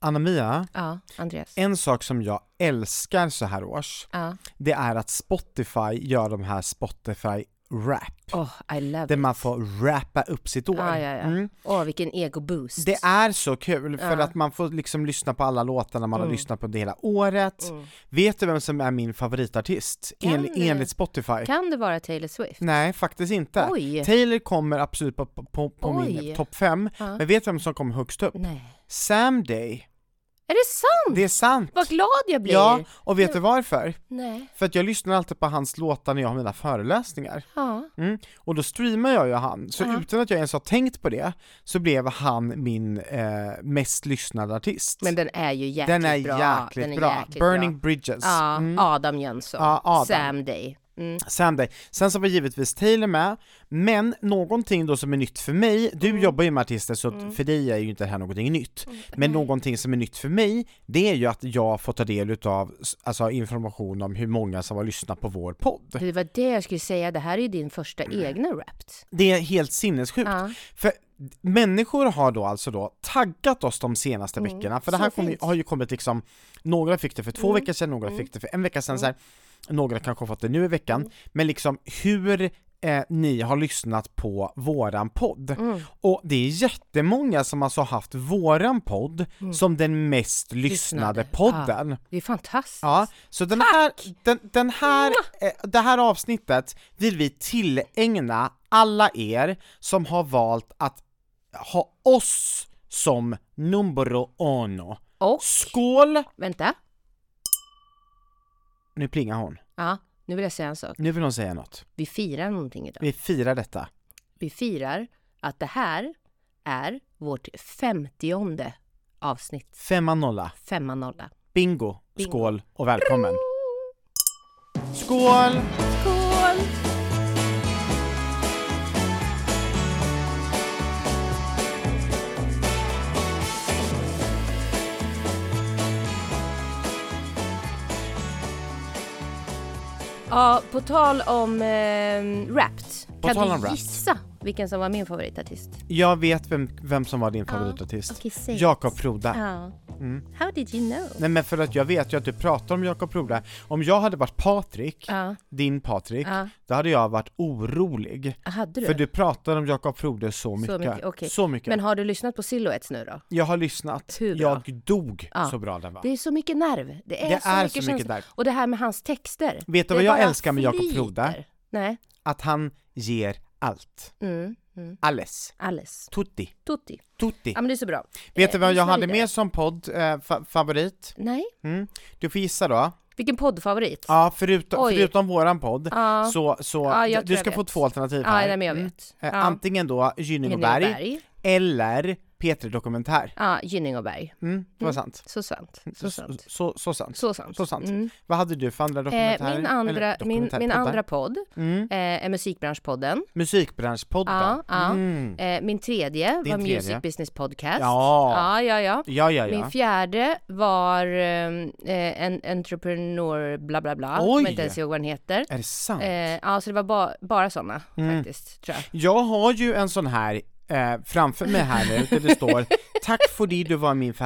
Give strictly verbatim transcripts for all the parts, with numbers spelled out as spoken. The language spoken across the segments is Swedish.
Anna-Mia, Ja, Andreas. En sak som jag älskar så här års, Ja. det är att Spotify gör de här Spotify Rap. Oh, I love där it. man får rappa upp sitt år. Ja, ja, ja. Mm. Åh, vilken ego-boost. Det är så kul för Ja. att man får liksom lyssna på alla låtarna man Mm. har lyssnat på det hela året. Mm. Vet du vem som är min favoritartist? Kan En, det? enligt Spotify. Kan det vara Taylor Swift? Nej, faktiskt inte. Oj. Taylor kommer absolut på, på, på min Oj. topp fem. Ja. Men vet du vem som kommer högst upp? Nej. Sam Day. Är det sant? Det är sant. Vad glad jag blir. Ja, och vet du varför? Nej. För att jag lyssnar alltid på hans låtar när jag har mina föreläsningar. Ja. Mm. Och då streamar jag ju han. Så Ja. utan att jag ens har tänkt på det så blev han min eh, mest lyssnade artist. Men den är ju jäkligt den är bra. jäkligt Den är bra. jäkligt Burning bra. Bridges. Ja, Mm. Adam Jönsson. Ja, Adam. Sam Day. Mm. Sam Day. Sen så var givetvis Taylor med, men någonting då som är nytt för mig, du Mm. jobbar ju med artister så att Mm. för dig är ju inte det här någonting nytt, Mm. men någonting som är nytt för mig, det är ju att jag får ta del av alltså, information om hur många som har lyssnat på vår podd. Det var det jag skulle säga, det här är ju din första egna Wrapped. Det är helt sinnessjukt. Ja. För människor har då alltså då taggat oss de senaste Mm. veckorna, för det Så här kom, fint. har ju kommit liksom, några fick det för två Mm. veckor sedan, några Mm. fick det för en vecka sedan, Mm. så här, några kanske har fått det nu i veckan, Mm. men liksom hur eh, ni har lyssnat på våran podd. Mm. Och det är jättemånga som alltså haft våran podd Mm. som den mest lyssnade Lyssnade. podden. Ja, det är fantastiskt. Ja, så den här, den, den här, eh, det här avsnittet vill vi tillägna alla er som har valt att ha oss som numero uno. Och, Skål! vänta. Nu plingar hon. Ja, nu vill jag säga en sak. Nu vill hon säga något. Vi firar någonting idag. Vi firar detta. Vi firar att det här är vårt femtionde avsnitt. Femma nolla. Femma nolla. Bingo. Bingo. Skål och välkommen. Skål! Skål! Ja, på tal om eh, Wrapped. På Kan tal du om Wrapped. gissa vilken som var min favoritartist? Jag vet vem, vem som var din Ja, favoritartist. okej, säg. Jakob Froda. Ja. Mm. How did you know? Nej, men för att jag vet ju att du pratar om Jakob Froda. Om jag hade varit Patrik, Ja. din Patrik, Ja. då hade jag varit orolig. Hade du? För du pratar om Jakob Froda så mycket. mycket, okej. Så mycket. Men har du lyssnat på Silhouettes nu då? Jag har lyssnat. Hur bra? Jag dog Ja. så bra den var. Det är så mycket nerv. Det är, Det så, är mycket så mycket känsla. där. Och det här med hans texter. Vet du Det vad jag bara älskar med Jakob flyter. Froda? Nej. Att han ger allt. Mm, mm. Alles. Alles. Tutti. Tutti. Tutti. Ja, men det är så bra. Vet du Eh, vad jag lyssna hade vidare. med som podd eh, fa- favorit? Nej. Mm. Du får gissa då. Vilken poddfavorit? Ja, förutom, Oj. förutom våran podd Ja. så, så Ja, jag du tror ska jag få vet. två alternativ Ja, här. nej, men jag Mm. vet. Eh, Ja. Antingen då Gynning och Berg Gynning eller P tre Dokumentär. Ja, Gynning och Berg. Mm, det var Mm. sant. Så sant. Så Så, sant. så, så sant. Så sant. Så sant. Mm. Vad hade du för andra Eh, dokumentärer? min, Eller andra, min, min dokumentärpoddar? andra podd Mm. eh, är Musikbranschpodden. Musikbranschpodden. Ja, ja. Mm. Eh, min tredje var tredje. Music Business Podcast. Ja. Ja, ja, ja. Ja, ja, ja. Min fjärde var eh, en entreprenör bla bla bla. Oj. Jag kommer inte ens ihåg vad den heter. Är det sant? Eh, ja, så det var ba- bara sådana Mm. faktiskt, tror jag. Jag har ju en sån här eh, framför mig här nu där det står tack för det du var min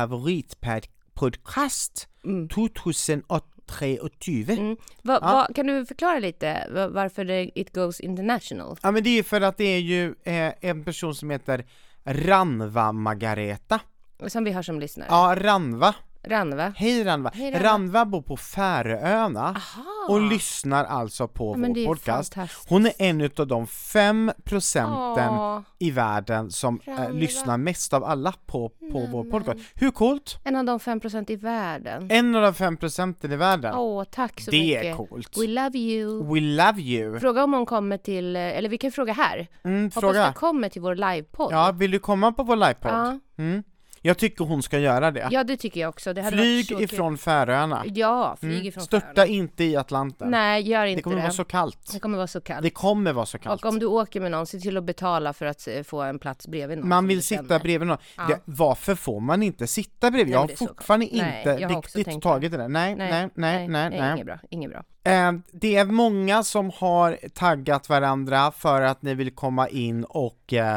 favoritpodcast Mm. tjugohundratrettio. Mm. Va, Ja. va, kan du förklara lite va- varför det It Goes International? Ja, men det är för att det är ju eh, en person som heter Ranva Margareta. Som vi har som lyssnare. Ja, Ranva. Ranva. Hej Ranva. Hej, Ranva. Ranva bor på Färöarna Aha. och lyssnar alltså på Ja, men det vår är podcast. fantastiskt. Hon är en av de fem procenten Åh, i världen som eh, Ranva. lyssnar mest av alla på, på vår Nämen. podcast. Hur coolt? en av de fem procent i världen. En av de fem procenten i världen. Åh, tack så det mycket. är coolt. We love you. We love you. Fråga om hon kommer till, eller vi kan fråga här. Mm, Hoppas fråga. du kommer till vår livepodd. Ja, vill du komma på vår livepodd? Ja. Mm. Jag tycker hon ska göra det. Ja, det tycker jag också. Det hade Flyg varit så kul. ifrån Färöarna. Ja, flyg Mm. ifrån Störta Färöarna. inte i Atlanten. Nej, gör inte det kommer det. vara så kallt. Det kommer vara så kallt. Det kommer vara så kallt. Och om du åker med någon, se till att betala för att eh, få en plats bredvid någon. Man som vill du sitta känner. bredvid någon. Ja. Det, varför får man inte sitta bredvid? Nej, Jag men har det är så fortfarande konstigt. Nej, inte jag har också riktigt tänkt tagit det där. Nej, nej, nej, nej, nej. nej. Inget bra, inget bra. Eh, det är många som har taggat varandra för att ni vill komma in och eh,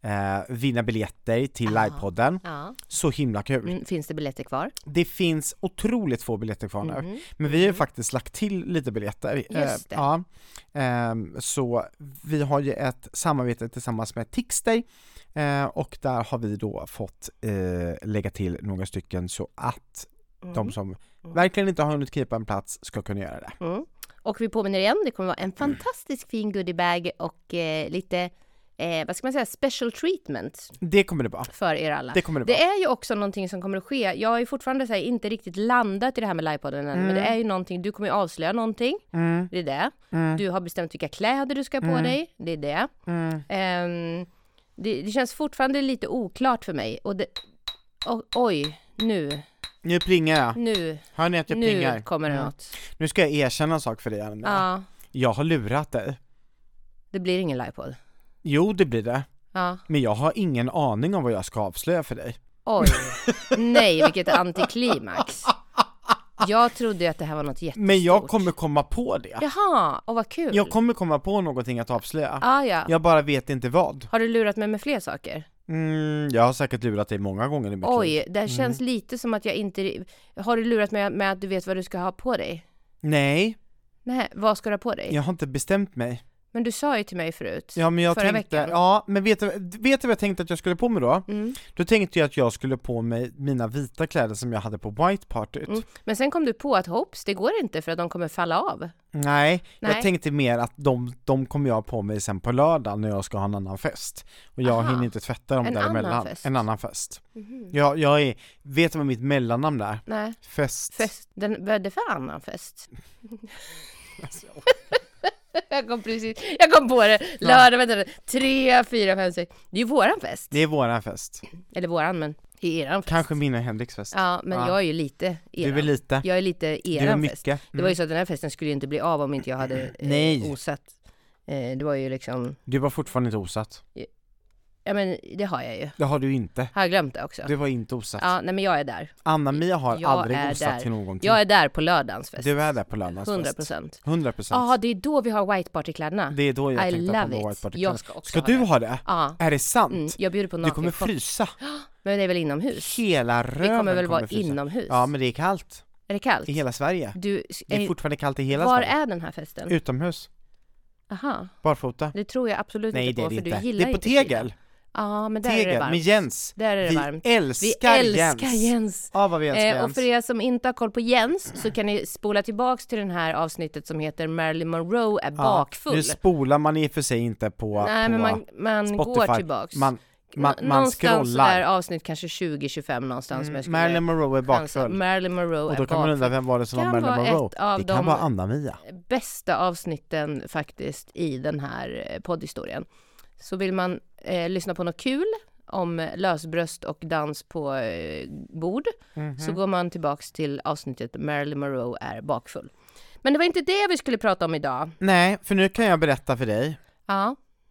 eh, vinna biljetter till Ja. livepodden. Ja. Så himla kul. Mm, finns det biljetter kvar? Det finns otroligt få biljetter kvar nu. Mhm. Men vi har ju Mhm. faktiskt lagt till lite biljetter. Just det. Eh, ja. Ehm, så vi har ju ett samarbete tillsammans med Tixter. Eh, och där har vi då fått eh, lägga till några stycken så att Mm. de som verkligen inte har hunnit knipa en plats ska kunna göra det. Mm. Och vi påminner igen, det kommer vara en fantastisk fin goodiebag och eh, lite, eh, vad ska man säga, special treatment Det kommer det vara. för er alla. Det kommer det Det vara. är ju också någonting som kommer att ske. Jag har ju fortfarande så här, inte riktigt landat i det här med livepodden än, Mm. men det är ju någonting, du kommer ju avslöja någonting. Mm, Det är det. mm, Du har bestämt vilka kläder du ska ha på Mm. dig. Det är det. mm. Ehm, det. Det känns fortfarande lite oklart för mig. Och det, o- oj, nu, Nu plingar jag. nu, Hör ni att jag nu plingar? kommer det Mm. något. Nu ska jag erkänna en sak för dig, Anna. Ja, Jag har lurat dig. det blir ingen livepodd. Jo, det blir det. Ja. Men jag har ingen aning om vad jag ska avslöja för dig. Oj, nej vilket antiklimax. Jag trodde ju att det här var något jättestort. Men jag kommer komma på det. Jaha, och vad kul. Jag kommer komma på någonting att avslöja. Ah, ja. Jag bara vet inte vad. Har du lurat mig med fler saker? Mm, jag har säkert lurat dig många gånger i mitt Oj, liv. det här känns lite som att jag inte... Har du lurat mig med att du vet vad du ska ha på dig? Nej, Nej, vad ska du ha på dig? jag har inte bestämt mig. Men du sa ju till mig förut. Ja, men jag Förra tänkte, veckan. ja, men vet du, vet du vad jag tänkte att jag skulle på mig då? Mm. Då tänkte jag att jag skulle på mig mina vita kläder som jag hade på White Partyt. Mm. Men sen kom du på att hopps, det går inte för att de kommer falla av. Nej, Nej. jag tänkte mer att de, de kommer jag på mig sen på lördag när jag ska ha en annan fest. Och jag Aha. hinner inte tvätta dem En däremellan. annan fest? En annan fest. Mhm. Jag, jag är, vet du vad mitt mellannamn är? Nej, Fest. fest. Den, vad är det för annan fest? Alltså, Jag kom precis, jag kom på det. Lördag, vänta, tre, fyra, fem, sex. Det är ju våran fest. det är våran fest. Eller våran, men i eran fest. Kanske min och Henriks fest. Ja, men Ja. jag är ju lite eran. Du är lite. Jag är lite Du är eran mycket. fest. Det var ju så att den här festen skulle ju inte bli av om inte jag hade eh, Nej. osatt. Eh, det var ju liksom, Du var fortfarande inte osatt. ja men det har jag ju. Det har du inte. Har jag glömt det också? Du var inte osatt. Ja, nej men jag är där. Anna-Mia har Jag aldrig är osat där. till någonting. Jag är där på lördagens fest. Du är där på lördagens hundra fest. procent. hundra procent. Ja, det är då vi har white party-kläderna. Det är då jag I tänkte love på it. White Party. Jag ska också Ska ha du det. ha det? Ja. Är det sant? Mm, jag bjuder på Du naken. kommer frysa. Men det är väl inomhus? Hela Vi röven kommer väl vara frysa. inomhus? Ja, men det är kallt. Är det kallt? I hela Sverige. Du, Det är är, fortfarande kallt i hela var Sverige. är den här festen? Utomhus. Aha, Barfota. det tror jag absolut Nej, inte det på, är för det du inte. gillar Det är på inte kyla. tegel. Ja, men där är det Tegel varmt. med Jens. Där är det Vi varmt. Vi älskar älskar Jens. Jens. Ja, vad vi älskar Eh, och Jens. för er som inte har koll på Jens så kan ni spola tillbaks till den här avsnittet som heter Marilyn Monroe är Ja, bakfull. nu spolar man i och för sig inte på, Nej, på men man, man Spotify. går tillbaks. Man, man, Nå- man någonstans scrollar. är avsnitt kanske tjugo tjugofem någonstans. som Mm, jag skulle Marilyn Monroe är chansa. bakfull. Marilyn Monroe Och är då kan man undra, bakfull. vem var det som Kan var Marilyn vara Monroe? ett av Det kan de- vara Anna-Mia. Bästa avsnitten faktiskt i den här eh, poddhistorien. Så vill man eh, lyssna på något kul om lösbröst och dans på eh, bord Mhm. så går man tillbaks till avsnittet Marilyn Monroe är bakfull. Men det var inte det vi skulle prata om idag. Nej, för nu kan jag berätta för dig. Ja.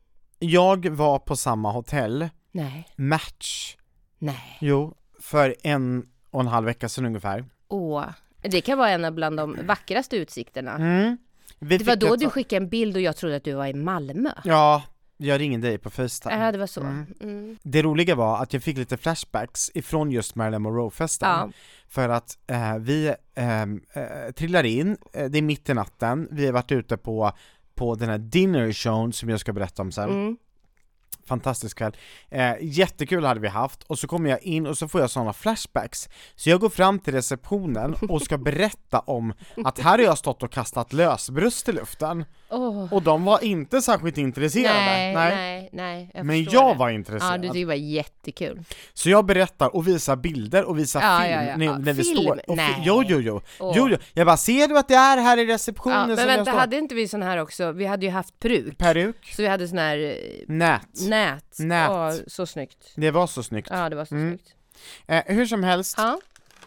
Jag var på samma hotell, Nej. Match, Nej. jo, för en och en halv vecka sedan ungefär. Åh. Det kan vara en av bland de vackraste utsikterna. Mm. Vi Det var fick då ett- du skickade en bild och jag trodde att du var i Malmö. Ja, jag ringde dig på FaceTime. Ja, det var så. Mm. Mm. Det roliga var att jag fick lite flashbacks ifrån just Marilyn Monroe-festen. Ja. För att eh, vi eh, eh, trillar in, eh, det är mitt i natten, vi har varit ute på, på den här dinner showen som jag ska berätta om sen. Mm. Fantastisk kväll. Eh, jättekul hade vi haft och så kommer jag in och så får jag sådana flashbacks. Så jag går fram till receptionen och ska berätta om att här har jag stått och kastat lösbröst i luften. Åh. Och de var inte särskilt intresserade. Nej, nej, nej. Jag Men förstår jag det. var Ja, intresserad. du tyckte det var jättekul. Så jag berättar och visar bilder och visar Ja, film ja, ja. när, Ja, när vi film? står. Och Nej. fi- jo, jo, jo. Åh. jo, jo. Jag bara, ser du att det är här i receptionen Ja, men som vänta, jag står? hade inte vi sån här också? Vi hade ju haft peruk. Peruk, Så vi hade sån här eh, nät. nät. Nät. Åh, så snyggt. Det var så snyggt. Ja, det var så Mm. snyggt. Eh, hur som helst, Ja,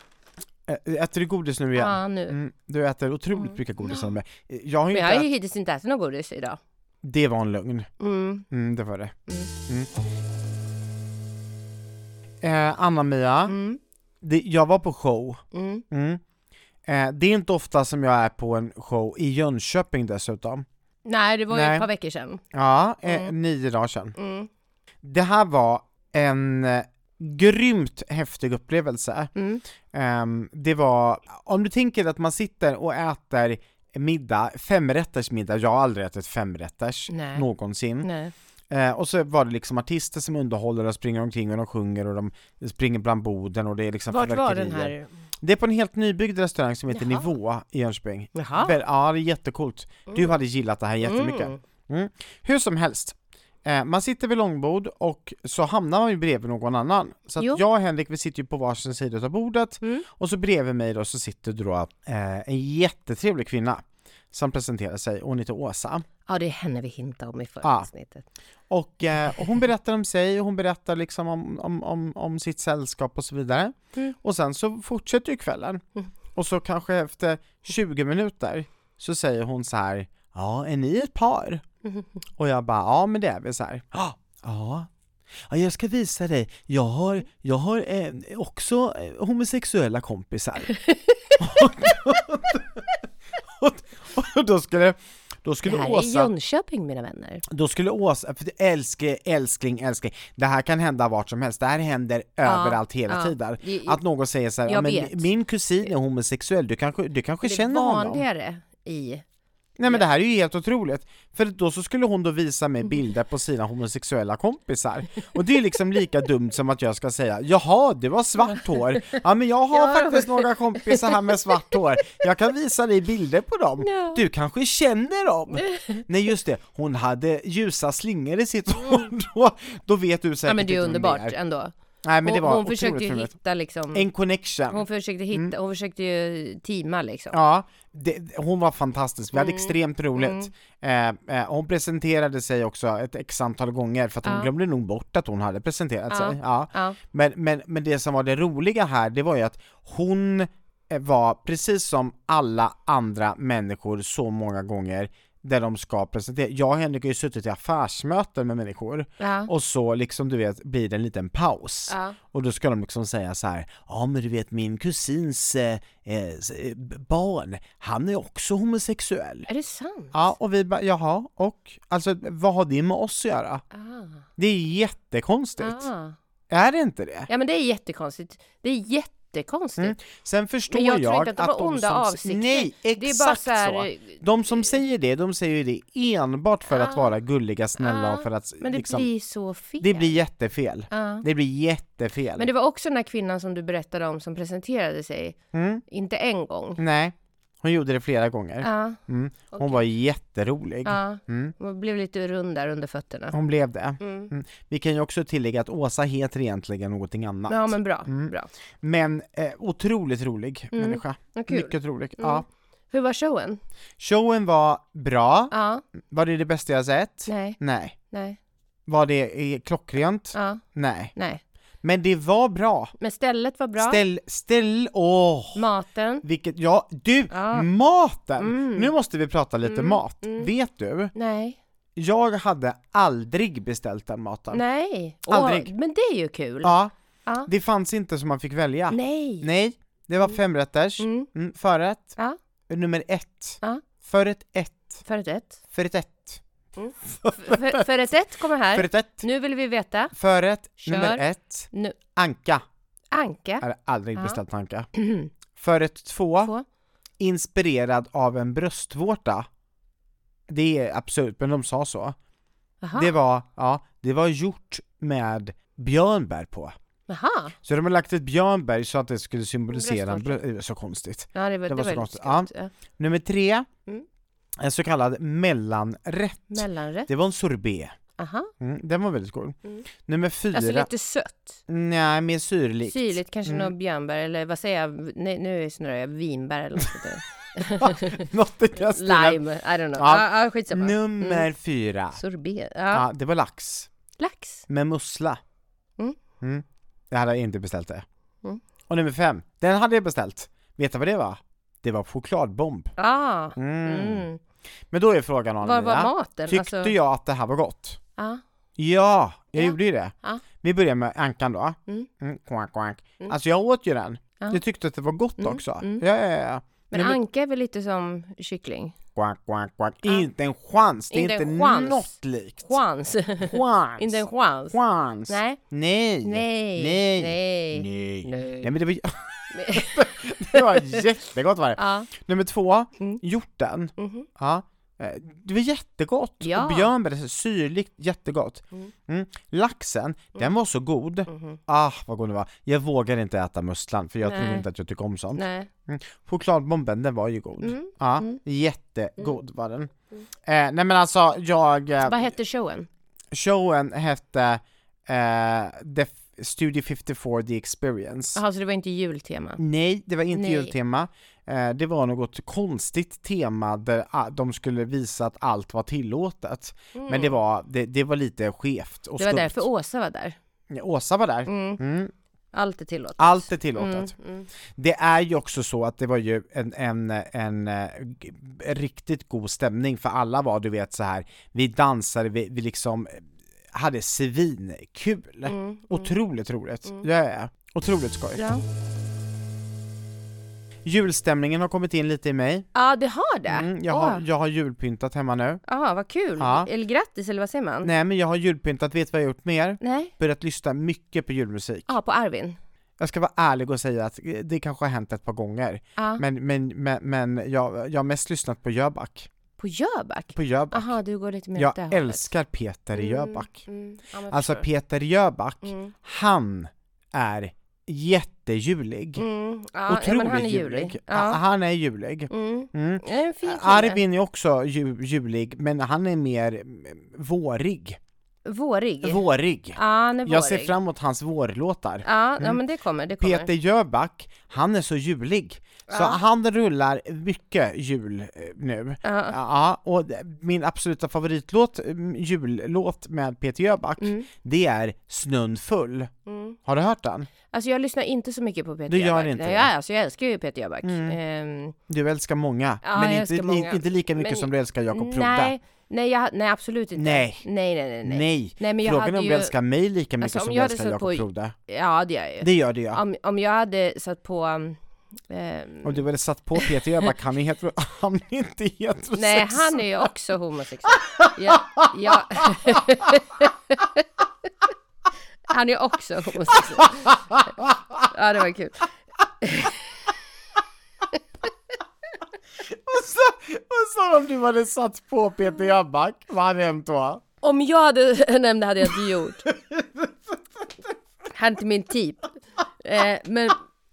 eh, äter du godis nu igen? ja nu. Mm, du äter otroligt Mm. mycket godis som mig. Jag har ju Men inte jag har ju ät- hittills inte ätit något godis idag. Det var en lögn. Mm. Mm, det var det. Mm. Eh, Anna-Mia, Mm. det, jag var på show. Mm. Mm. Eh, det är inte ofta som jag är på en show i Jönköping dessutom. Nej, det var ju Nej. ett par veckor sedan. Ja, eh, Mm. nio dagar sedan. Mm. det här var en eh, grymt häftig upplevelse. Mm. Um, det var, om du tänker att man sitter och äter middag, femrätters middag, jag har aldrig ätit femrätters Nej. någonsin. Nej. Uh, och så var det liksom artister som underhåller och springer omkring och de sjunger och de springer bland borden och det är liksom Vart var den här? Det är på en helt nybyggd restaurang som heter Jaha. Nivå i Jönköping. Jaha. Väl, ja, det är jättecoolt. Du hade gillat det här jättemycket. Mm. Mm. Hur som helst. Eh, man sitter vid långbord och så hamnar man ju bredvid någon annan. Så att jag och Henrik, vi sitter ju på varsin sida av bordet. Mm. Och så bredvid mig då så sitter då eh, en jättetrevlig kvinna som presenterar sig. Hon heter Åsa. Ja, det är henne vi hintar om i förra Ja. avsnittet. Och, eh, och hon berättar om sig och hon berättar liksom om, om, om, om sitt sällskap och så vidare. Mm. Och sen så fortsätter ju kvällen. Mm. Och så kanske efter tjugo minuter så säger hon så här: ja, är ni ett par? Mm. Och jag bara, ja men det är vi så här. Ja, ja. Ja, jag ska visa dig. Jag har, jag har eh, också eh, homosexuella kompisar. och, och, och, och då skulle Då skulle det här Åsa, är Jönköping, mina vänner. Då skulle Åsa, för älskling, älskling, älskling. Det här kan hända vart som helst. Det här händer ja, överallt hela ja. tiden. Det, att någon säger så här, ja, men min kusin är homosexuell. Du kanske, du kanske känner honom. Det är vanligare i... Nej, men det här är ju helt otroligt. För då så skulle hon då visa mig bilder på sina homosexuella kompisar. Och det är liksom lika dumt som att jag ska säga: jaha, det var svart hår. Ja, men jag har ja. faktiskt några kompisar här med svart hår. Jag kan visa dig bilder på dem. Ja. Du kanske känner dem. Nej, just det. Hon hade ljusa slingor i sitt hår. Då, då vet du säkert. Ja, men det är underbart är. ändå. Nej, men det var hon försökte ju hitta liksom en connection. Hon försökte hitta, mm. hon försökte ju teama liksom. Ja, det, hon var fantastisk. Vi hade mm. extremt roligt. Mm. Eh, eh, hon presenterade sig också ett x antal gånger för att hon ja. glömde nog bort att hon hade presenterat ja. sig. Ja. Ja. Men, men, men det som var det roliga här, det var ju att hon var precis som alla andra människor så många gånger där de ska presentera. Jag och Henrik har ju suttit i affärsmöten med människor ja. och så liksom du vet blir det en liten paus ja. och då ska de liksom säga så här: ja men du vet min kusins eh, eh, barn, han är också homosexuell. Är det sant? Ja, och vi bara, jaha, och alltså vad har det med oss att göra? Ah. Det är jättekonstigt. Ah. Är det inte det? Ja, men det är jättekonstigt. Det är jätte jättekonstigt. Mm. Sen förstår men jag, jag, jag att, att de som avsikter. Nej, exakt det är bara så, här... så. De som säger det, de säger det enbart för ah. att vara gulliga, snälla ah. och för att men det liksom, blir så fel. Det blir jättefel. Ah. Det blir jättefel. Men det var också den här kvinnan som du berättade om som presenterade sig. Mm. Inte en gång. Nej. Hon gjorde det flera gånger. Ja, mm. Hon okay. var jätterolig. Ja, mm. Hon blev lite rund där under fötterna. Hon blev det. Mm. Mm. Vi kan ju också tillägga att Åsa heter egentligen någonting annat. Ja, men bra. Mm. bra. Men eh, otroligt rolig mm. människa. Mycket rolig. Mm. Ja. Hur var showen? Showen var bra. Ja. Var det det bästa jag sett? Nej. Nej. Nej. Var det klockrent? Ja. Nej. Nej. Men det var bra. Men stället var bra. Ställ, ställ, åh. Maten. Vilket, ja, du, ja. maten. Mm. Nu måste vi prata lite mm. mat. Mm. Vet du? Nej. Jag hade aldrig beställt den maten. Nej. Aldrig. Åh, men det är ju kul. Ja. ja. Det fanns inte som man fick välja. Nej. Nej. Det var femrätters. Mm. Mm. Förrätt. Ja. Nummer ett. Ja. Förrätt ett. Förrätt ett. Förrätt ett. Mm. För, förrätt ett kommer här. Förrätt ett. Nu vill vi veta. Förrätt nummer ett. Nu. Anka. Anka. Jag har aldrig ja. beställt anka. Förrätt två. två. Inspirerad av en bröstvårta. Det är absurt, men de sa så. Aha. Det var, ja, det var gjort med björnbär på. Aha. Så de har lagt ett björnbär så att det skulle symbolisera en bröst... Det var så konstigt. Ja, det var, det var det så var konstigt. Ja. Ja. Nummer tre. Mm. En så kallad mellanrätt. Mellanrätt. Det var en sorbet. Aha. Mm, den var väldigt god. Mm. Nummer fyra. Alltså lite sött. Nej, mer syrligt. Syrligt, kanske mm. något björnbär eller vad säger jag? Nej, nu snurrar jag vinbär eller något sådär. Något i den Lime, I don't know. Ja. Ah, skitsamma. Nummer mm. fyra. Sorbet. Ja. ja, det var lax. Lax. Med mussla. Mm. Mm. Jag hade inte beställt det. Mm. Och nummer fem, den hade jag beställt. Vet du vad det var? Det var chokladbomb. Ah. Mm. Mm. Men då är frågan om vad var maten? Tyckte alltså... jag att det här var gott? Ah. Ja, jag ja. gjorde ju det. Ah. Vi börjar med ankan då. Mm. Mm, quack, quack. Mm. Alltså jag åt ju den. Ah. Jag tyckte att det var gott mm. också. Mm. Ja, ja, ja. Men Nej, anka är väl lite som kyckling? quack, quack, quack. Ah. Inte en chans, det är inte, inte chans. Något likt. Chans. Chans. Inte en chans. Chans. Nej. Nej. Nej. Nej. Nej. Nej. Nej. Nej men det var det var jättegott var det. Ja. Nummer två, mm. hjorten. Mm-hmm. Ja. Det var jättegott. Ja. Och björnbär, så syrligt, jättegott. Mm. Mm. Laxen, mm. den var så god. Mm-hmm. Ah, vad god den var. Jag vågar inte äta musslan, för jag Nej. tror inte att jag tycker om sånt. Nej. Mm. Chokladbomben, den var ju god. Mm. Ja, Mm. jättegod mm. var den. Mm. Eh, nej men alltså, jag... Eh, vad hette showen? Showen hette eh, The Studio femtiofyra The Experience. Jaha, så det var inte jultema? Nej, det var inte Nej. jultema. Eh, det var något konstigt tema där ah, de skulle visa att allt var tillåtet. Mm. Men det var, det, det var lite skevt och det var skumt. därför Åsa var där. Ja, Åsa var där. Mm. Mm. Allt är tillåtet. Allt är tillåtet. Mm. Mm. Det är ju också så att det var ju en, en, en, en riktigt god stämning, för alla var, du vet, så här. Vi dansade, vi, vi liksom hade svinkul. Mm. Mm. Otroligt roligt. Mm. Ja, ja. Otroligt skoj. Ja. Julstämningen har kommit in lite i mig. Ja, det har det. Mm, jag, Åh. har, jag har julpyntat hemma nu. Ja, vad kul. Ja. Eller grattis, eller vad säger man? Nej, men jag har julpyntat, vet vad jag har gjort mer? Nej. Börjat lyssna mycket på julmusik. Ja, på Arvin. Jag ska vara ärlig och säga att det kanske har hänt ett par gånger. Ja. Men, men, men, men jag, jag har mest lyssnat på Jöback. På Jöback? På Jöback. Aha, du går lite mer Jag åt det hållet. älskar Peter Mm, Jöback. Mm, ja, men Alltså förstår. Peter Jöback, Mm. han är jättejulig. Mm. Ja, Otroligt ja, men han är julig. julig. Ja. Ja. Han är julig. Mm. Mm. Ja, en fin kille. Arvin är också ju, julig, men han är mer mm, vårig. Vårig. Vårig. Ja, han är vårig. Jag ser fram emot hans vårlåtar. Ja, Mm. ja, men det kommer, det kommer. Peter Jöback, han är så julig. Så Ja. han rullar mycket jul eh, nu. Ja. Ja, och min absoluta favoritlåt, mm, jullåt med Peter Jöback, Mm. det är Snön full. Mm. Har du hört den? Alltså jag lyssnar inte så mycket på Peter Du gör Jöback. inte Nej, det? ja, alltså jag älskar ju Peter Jöback. Mm. Ehm, Du älskar många, Ja, men jag inte, älskar många. inte lika mycket Men- som du älskar Jakob Frode. nej, nej, jag, nej, absolut inte. Nej. Nej, nej, nej. nej. Nej. Nej, men jag Frågan hade är om ju... du älskar mig lika mycket Alltså, om som jag du hade älskar satt Jakob på- Frode. Ja, det gör jag ju. Det gör det ja. Om, om jag hade satt på... Um, ehm, Om du hade satt på Peter Jöback, han är, hetero, han är inte heterosexuell. nej, han är ju också homosexuell. Ja, ja. Han är också homosexuell. Ja, det var kul. Vad sa, vad sa om du hade satt på Peter Jöback? Vad hade hänt då? Om jag hade... Nej, det hade jag inte gjort. Han är inte min typ. Eh, men...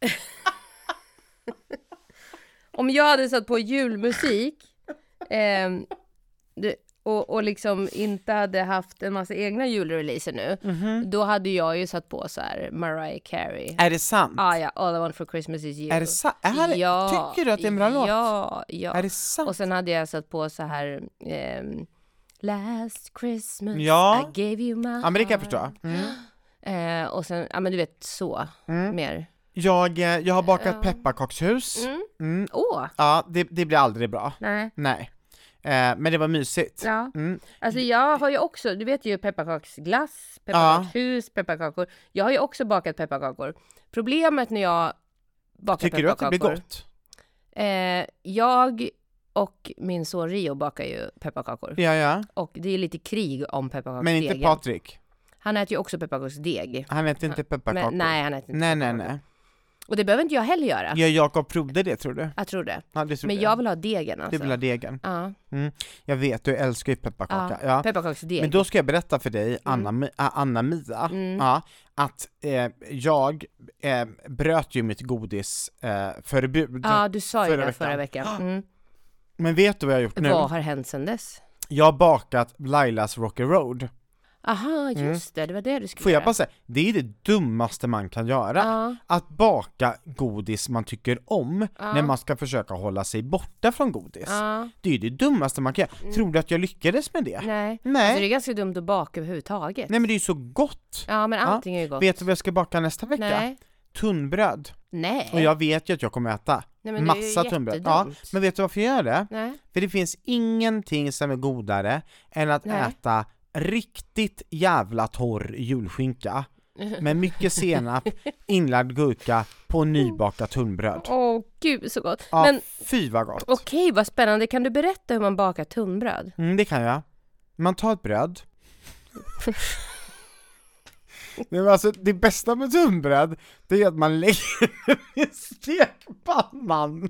Om jag hade satt på julmusik eh, det, och, och liksom inte hade haft en massa egna julreleaser nu, Mm-hmm. då hade jag ju satt på så här Mariah Carey. Är det sant? Ah, ja, All I Want For Christmas Is You. Är det sant? Är det, Ja, tycker du att det är en bra låt? Ja, ja. Är det sant? Och sen hade jag satt på så här ehm, Last Christmas Ja. I gave you my Ja, men det kan jag förstå. Mm. Eh, och sen, ja men du vet så, Mm. mer. Jag, eh, jag har bakat Ja. pepparkakshus. Mm. Mm. Åh, Ja, det, det blir aldrig bra. nej. Nej. Eh, men det var mysigt. Ja. Mm. Alltså jag har ju också, du vet ju pepparkaksglass, pepparkakshus, pepparkakor. Jag har ju också bakat pepparkakor. Problemet när jag bakar Tycker du att det pepparkakor. blir gott? Eh, jag och min son Rio bakar ju pepparkakor. Ja, ja. Och det är lite krig om pepparkaksdegen. Men inte Patrik. Han äter ju också pepparkaksdeg. Han äter inte pepparkakor. Men, nej, han äter inte nej, nej, pepparkakor. nej. Och det behöver inte jag heller göra. Gör Jakob Frode det, tror du? Jag tror det. Ja, det tror Men jag. jag vill ha degen alltså. Du vill ha degen. Ja, Jag vet, du älskar ju pepparkaka. ja. Ja. pepparkaksdeg. Men då ska jag berätta för dig, Anna, Ä- Anna-Mia, Mm. ja, att eh, jag eh, bröt ju mitt godisförbud. Eh, förbud. Ja, du sa ju förra det förra veckan. veckan. Mm. Men vet du vad jag har gjort nu? Vad har hänt sedan dess? Jag har bakat Lailas Rocky Road. Aha, just det, det var det du skulle Får jag göra. bara säga, det är det dummaste man kan göra. Ja, Att baka godis man tycker om Ja. när man ska försöka hålla sig borta från godis. ja. Det är det dummaste man kan göra. Tror du att jag lyckades med det? Nej. Nej. Alltså, det är ganska dumt att baka överhuvudtaget. Nej, men det är ju så gott. Ja, men allting är ju gott. Vet du vad jag ska baka nästa vecka? Nej. Tunnbröd. Nej. Och jag vet ju att jag kommer äta Nej, men det är ju massa tunnbröd. Ja, jättedumt. men vet du varför jag gör det? Nej. För det finns ingenting som är godare än att Nej. äta riktigt jävla torr julskinka med mycket senap, inlagd gurka på nybakat tunnbröd. Åh oh, gud så gott. Ja, Men fy vad gott. okej, vad spännande. Kan du berätta hur man bakar tunnbröd? Mm, det kan jag. Man tar ett bröd. Men alltså, det bästa med tunnbröd, det är att man lägger i stekpannan.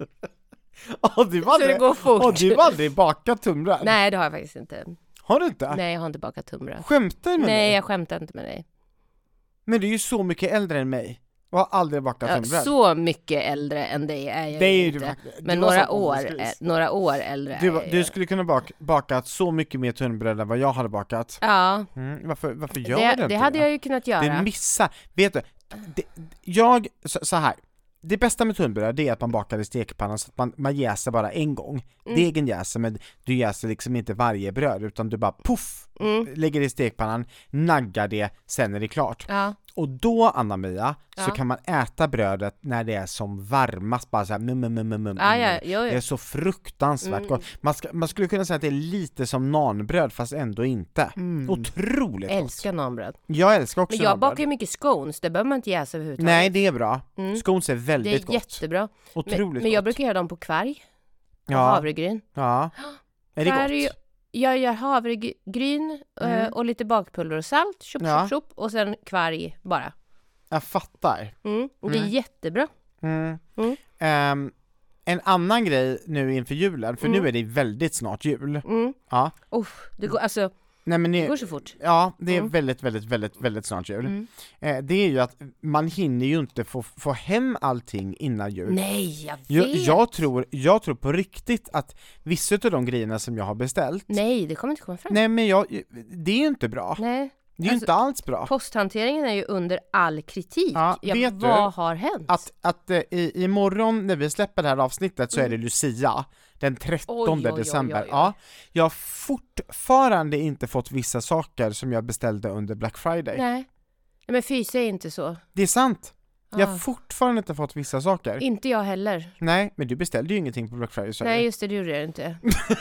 Oh, du Så det går fort. Oh, du har aldrig bakat tunnbröd? Nej, det har jag faktiskt inte. Har du inte? Nej, jag har inte bakat tunnbröd. Skämtar du med Nej, mig? jag skämtar inte med dig. Men du är ju så mycket äldre än mig. Jag har aldrig bakat Ja, tunnbröd. så mycket äldre än dig är jag Det är inte. du faktiskt. Men Du var några så år, åldersgris. är, några år äldre Du, är jag du ju. skulle kunna bak, bakat så mycket mer tunnbröd än vad jag hade bakat. Ja, Mm, varför, varför gör det, du inte det hade jag ju kunnat göra. Det missar. Vet du, det, jag, så, så här. Det bästa med tunnbröd det är att man bakar i stekpannan så att man, man jäser bara en gång. Mm. Degen jäser, men du jäser liksom inte varje bröd utan du bara puff, Mm. lägger det i stekpannan, naggar det, sen är det klart. Ja. Och då, Anna-Mia, så Ja. kan man äta brödet när det är som varmast, bara så här mum, mum, mum, mum, mum. Ja, ja, jo, Det jo. är så fruktansvärt Mm. gott. Man, ska, man skulle kunna säga att det är lite som nanbröd fast ändå inte. Mm. Otroligt Älskar nanbröd. gott. Jag älskar också Men jag nanbröd. bakar ju mycket scones, det behöver man inte jäsa överhuvudtaget. Nej, det är bra. Mm. Scones är Det väldigt är gott. jättebra. Otroligt Men, men jag gott. brukar göra dem på kvarg. Och Ja. havregryn. Ja. Är det Kvarg, gott? Jag gör havregryn eh, Mm. och lite bakpulver och salt. Tjopp, Ja. tjopp, tjopp. Och sen kvarg bara. Jag fattar. Mm. Och det är Mm. jättebra. Mm. Mm. Ehm, en annan grej nu inför julen, för Mm. nu är det väldigt snart jul. Mm. Ja. Uff, det går, alltså, Nej, men det det, går så fort. ja, det är Mm. väldigt, väldigt, väldigt, väldigt snart jul. Mm. Eh, det är ju att man hinner ju inte få, få hem allting innan jul. Nej, jag vet. Jag, jag, tror, jag tror på riktigt att vissa av de grejerna som jag har beställt, Nej, det kommer inte komma fram. nej men jag, det är ju inte bra. Nej. Det är ju Alltså, inte alls bra. Posthanteringen är ju under all kritik. Ja, Ja, vet du vad har hänt? Att, att eh, i, imorgon när vi släpper det här avsnittet så Mm. är det Lucia, den trettonde Oj, oj, oj, december. oj, oj. Ja, jag har fortfarande inte fått vissa saker som jag beställde under Black Friday. Nej. Nej, men fy, säg inte så. Det är sant. Jag har Ah. fortfarande inte fått vissa saker. Inte jag heller. Nej, men du beställde ju ingenting på Black Friday, så Nej, just det, det gjorde jag inte.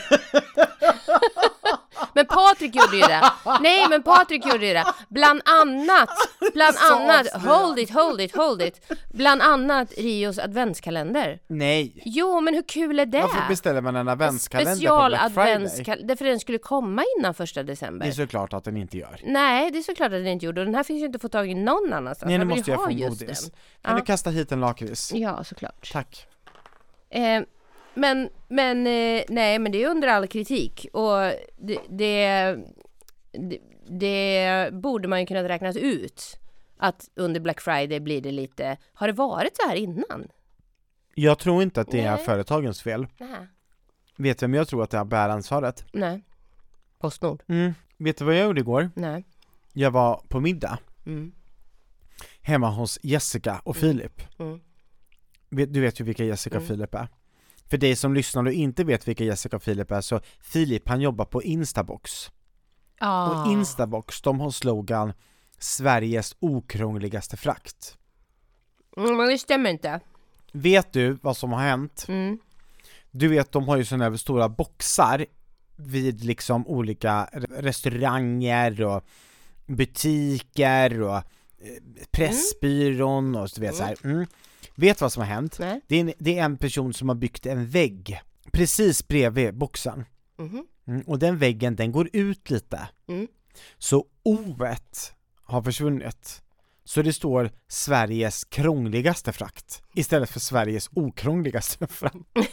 Men Patrik gjorde ju det. Nej, men Patrik gjorde ju det. Bland annat, bland Så annat, avslöjande. hold it, hold it, hold it. Bland annat Rios adventskalender. Nej. Jo, men hur kul är det? Varför beställer man en adventskalender på Special Black Friday? adventskalender, därför den skulle komma innan första december. Det är såklart att den inte gör. Nej, det är såklart att den inte gjorde. Och den här finns ju inte att få tag i någon annanstans. Nej, nu Man vill måste ju jag ha få just godis. den. Kan Ja. du kasta hit en lakrits? Ja, såklart. Tack. Eh, men, men, eh, nej, men det är under all kritik. Och det, det, det, det borde man ju kunna räkna ut. Att under Black Friday blir det lite... Har det varit så här innan? Jag tror inte att det är Nej. företagens fel. Nej. Vet du vem jag tror att det är bär ansvaret? Nej. Postnord? Mm. Vet du vad jag gjorde igår? Nej. Jag var på middag Mm. hemma hos Jessica och Filip. Mm. Vet- Du vet ju vilka Jessica och Mm. Filip är. För dig som lyssnar och inte vet vilka Jessica och Filip är, så Filip han jobbar på Instabox. Ah. Och Instabox, de har slogan Sveriges okrångligaste frakt. Mm, men det stämmer inte. Vet du vad som har hänt? Mm. Du vet, de har ju sådana här stora boxar vid liksom olika re- restauranger och butiker och eh, Pressbyrån och så vet så här. Mm. Vet vad som har hänt? Nej. Det är, en, det är en person som har byggt en vägg precis bredvid boxen. Mhm. Mm. Och den väggen, den går ut lite. Mm. Så O-et har försvunnit. Så det står Sveriges krångligaste frakt istället för Sveriges okrångligaste frakt.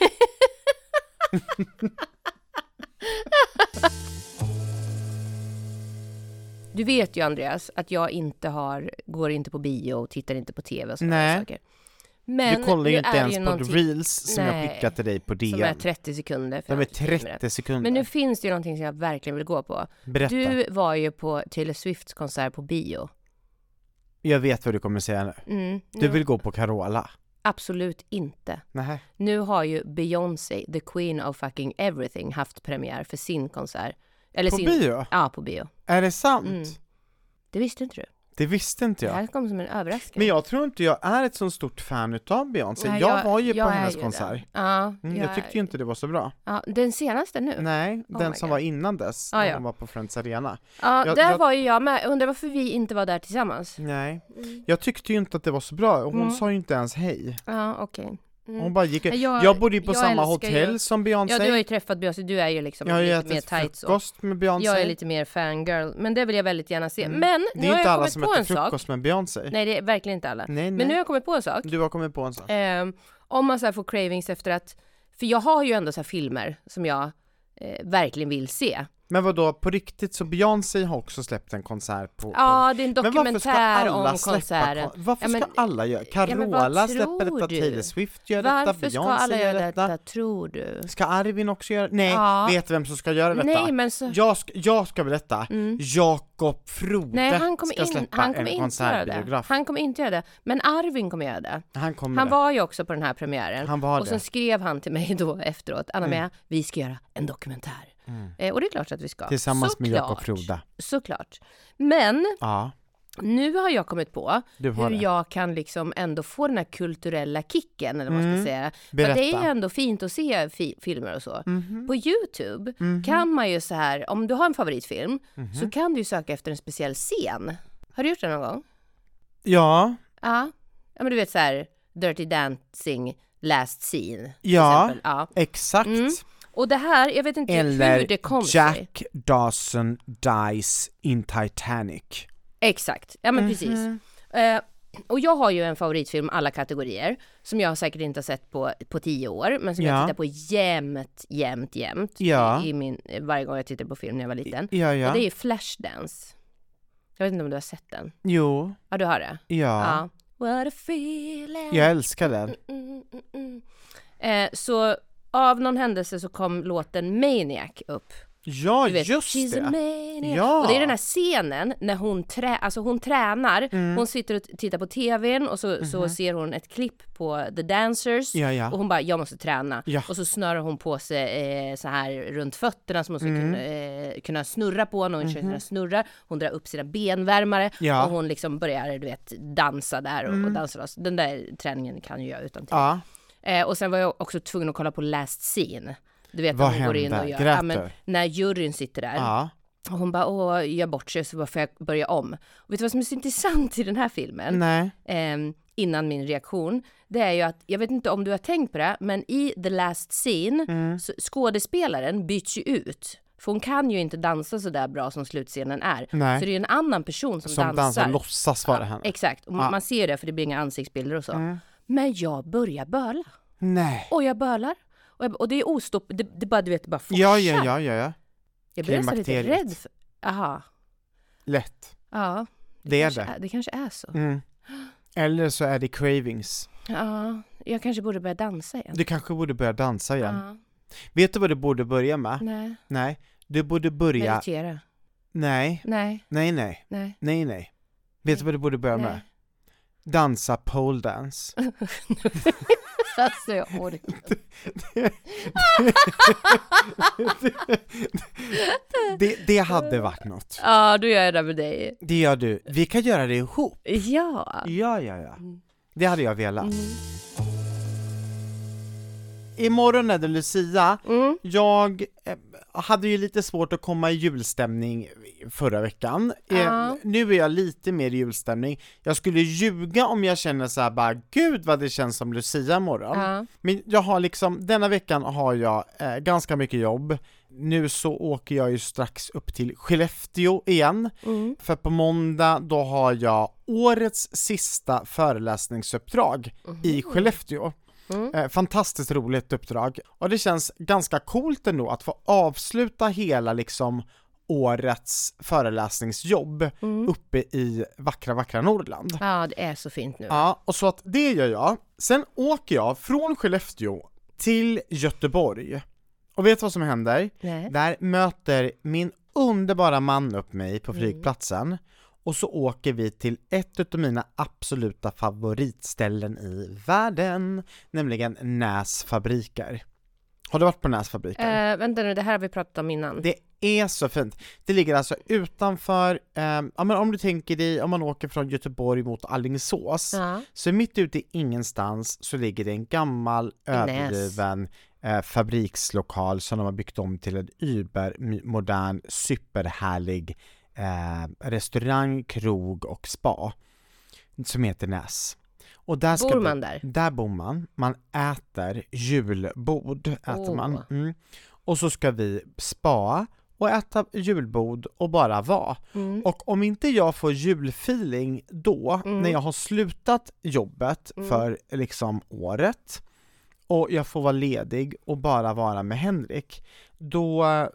Du vet ju, Andreas, att jag inte har, går inte på bio och tittar inte på tv och sådana Nej. saker. Men Du kollar ju nu inte är det ens ju på någonting reels som jag Nej. skickade till dig på D som är M. trettio sekunder. De är fram till filmen. trettio sekunder. Men nu finns det ju någonting som jag verkligen vill gå på. Berätta. Du var ju på Taylor Swifts konsert på bio. Jag vet vad du kommer säga nu. Mm, Du nu- vill gå på Carola. Absolut inte. Nej. Nu har ju Beyoncé, the queen of fucking everything, haft premiär för sin konsert. Eller På sin... bio? Ja, på bio. Är det sant? Mm. Det visste inte du? Det visste inte Det jag. här kom som en överraskning. Men jag tror inte jag är ett så stort fan utav Beyoncé. Nej, jag, jag- var ju på jag är hennes ju konsert. det. Ja, Mm, jag tyckte ju inte det var så bra. Ja, den senaste nu. Nej, Oh den my som God. var innan dess. Ah, när ja. hon var på Friends Arena. Ja, Jag- där jag- var ju jag med. Undrar varför vi inte var där tillsammans. Nej, Mm. jag tyckte ju inte att det var så bra. Hon Mm. sa ju inte ens hej. Ja, okej. Mm. Hon bara gick. Jag- Jag bodde ju på jag samma älskar hotell ju- som Beyoncé. Ja, du har ju träffat Beyoncé. Du är ju liksom jag har ju lite mer ätit tight så. frukost med Beyoncé. Jag är lite mer fangirl. Men det vill jag väldigt gärna se. Mm. Men Det nu är har inte jag alla kommit som på äter en sak. frukost med Beyoncé. Nej, det är verkligen inte alla. nej, nej. Men nu har jag kommit på en sak. Du har kommit på en sak. Eh, om man så här får cravings efter att... För jag har ju ändå så här filmer som jag eh, verkligen vill se. Men vad då på riktigt, så Beyoncé har också släppt en konsert på... Ja, det är en Men varför ska dokumentär alla om släppa konserten. kon- Varför Ja, men- ska alla göra? Ja, men vad Carola tror släpper detta, du? Taylor Swift gör detta, Varför ska Beyoncé alla gör göra detta. detta, tror du? Ska Arvin också göra? Nej, Ja. vet vem som ska göra detta? Nej, men så... Jag ska, jag ska berätta. Mm. Jakob Frode Nej, han kommer, ska in, släppa han kommer en inte göra det. konsertbiograf. Han kommer inte göra det. Men Arvin kommer göra det. Han kommer Han det. var ju också på den här premiären. Han var och det. sen skrev han till mig då efteråt. Anna-Mia, Mm. vi ska göra en dokumentär. Mm. Eh, och det är klart att vi ska. Tillsammans med Såklart. Jakob Frode. Såklart. Men Ja, nu har jag kommit på du har hur det. jag kan liksom ändå få den här kulturella kicken, eller vad man Mm. ska säga. För Berätta. det är ju ändå fint att se fi- filmer och så. Mhm. På YouTube Mhm. kan man ju så här, om du har en favoritfilm, Mhm. så kan du ju söka efter en speciell scen. Har du gjort det någon gång? Ja, Ja. Ja, men du vet så här, Dirty Dancing last scene. till Ja. exempel. Ja. exakt. Mm. Och det här, jag vet inte hur Eller det kom sig. Jack Dawson dies in Titanic. Exakt, ja men precis. Mhm. Eh, och jag har ju en favoritfilm alla kategorier som jag säkert inte har sett på, på tio år, men som Ja. jag tittar på jämt, jämt, jämt Ja. i, i min, varje gång jag tittade på film när jag var liten. Ja, ja. Och det är Flashdance. Jag vet inte om du har sett den. Jo, Ja, du har det? ja. Ja. What a feeling. Jag älskar den. Mm, mm, mm. Eh, så av någon händelse så kom låten Maniac upp. Ja, Du vet, just She's a det. maniac. Ja. Och det är den här scenen när hon, trä, alltså hon tränar, Mm. hon sitter och tittar på tvn och så, så ser hon ett klipp på The Dancers Ja, ja. och hon bara, jag måste träna. Ja. Och så snörar hon på sig eh, så här runt fötterna som hon ska Mm. kunna, eh, kunna snurra på när hon mm. kunna snurra. Hon drar upp sina benvärmare Ja. och hon liksom börjar, du vet, dansa där och, Mm. och dansa loss. Den där träningen kan ju jag utan till. Ja, Eh, och sen var jag också tvungen att kolla på Last Scene. Du vet, Vad när hon går in hände? och gör, Grät ja, men, du? när juryn sitter där. ja. Och hon bara, åh, gör bort sig, så bara får jag börja om. Och vet du vad som är så intressant i den här filmen? Nej. Eh, innan min reaktion, det är ju att, jag vet inte om du har tänkt på det, men i The Last Scene, Mm. så skådespelaren byts ju ut. För hon kan ju inte dansa så där bra som slutscenen är. Nej. Så det är ju en annan person som, Som dansar. dansar låtsas vara Ja, henne. exakt, och Ja. man ser det för det blir inga ansiktsbilder och så. Mm. Men jag börjar böla. Nej. Och jag bölar. Och, jag, och det är ostopp, det, det bara, du vet, det bara forsar. Ja, ja, ja, ja, ja. Jag blir nästan lite Klimakteriet. rädd för... Aha. Lätt. Ja. Det är kanske det. Det kanske är så. Mm. Eller så är det cravings. Ja, jag kanske borde börja dansa igen. Du kanske borde börja dansa igen. Ja, Vet du vad du borde börja med? nej. Nej. Du borde börja... Meditera. Nej. Nej, Nej, nej. nej, Nej, nej. Vet du vad du borde börja med? nej. Dansa pole dance. Alltså, jag orkar. det, det hade varit något. Ja, då gör jag det med dig. Det gör du. Vi kan göra det ihop. Ja. Ja, ja, ja. Mm. Det hade jag velat. Mm. Imorgon är det Lucia. Mm. Jag eh, hade ju lite svårt att komma i julstämning förra veckan. Eh, Ja. Nu är jag lite mer i julstämning. Jag skulle ljuga om jag känner så här bara, gud vad det känns som Lucia imorgon. Ja. Men jag har liksom, denna veckan har jag eh, ganska mycket jobb. Nu så åker jag ju strax upp till Skellefteå igen. Mm. För på måndag då har jag årets sista föreläsningsuppdrag i Skellefteå. Mm. Eh, fantastiskt roligt uppdrag. Och det känns ganska coolt ändå att få avsluta hela liksom årets föreläsningsjobb Mm. uppe i vackra, vackra Norrland. Ja, det är så fint nu. Ja, och så att det gör jag. Sen åker jag från Skellefteå till Göteborg. Och vet du vad som händer? Nej. Där möter min underbara man upp mig på Mm. flygplatsen. Och så åker vi till ett av mina absoluta favoritställen i världen, nämligen Näs fabriker. Har du varit på Näs fabriker? Eh, vänta nu, det här har vi pratat om innan. Det är så fint. Det ligger alltså utanför, eh, ja, men om du tänker dig, om man åker från Göteborg mot Alingsås, Ja. så mitt ute i ingenstans så ligger det en gammal överdriven eh, fabrikslokal som de har byggt om till en übermodern, superhärlig eh, restaurang, krog och spa som heter Näs. Och där ska Bor man där? Där bor man. Man äter julbord. Äter Oh. man. Mm. Och så ska vi spa och äta julbord och bara vara. Mm. Och om inte jag får julfeeling då, Mm. när jag har slutat jobbet Mm. för liksom året och jag får vara ledig och bara vara med Henrik, då, eh,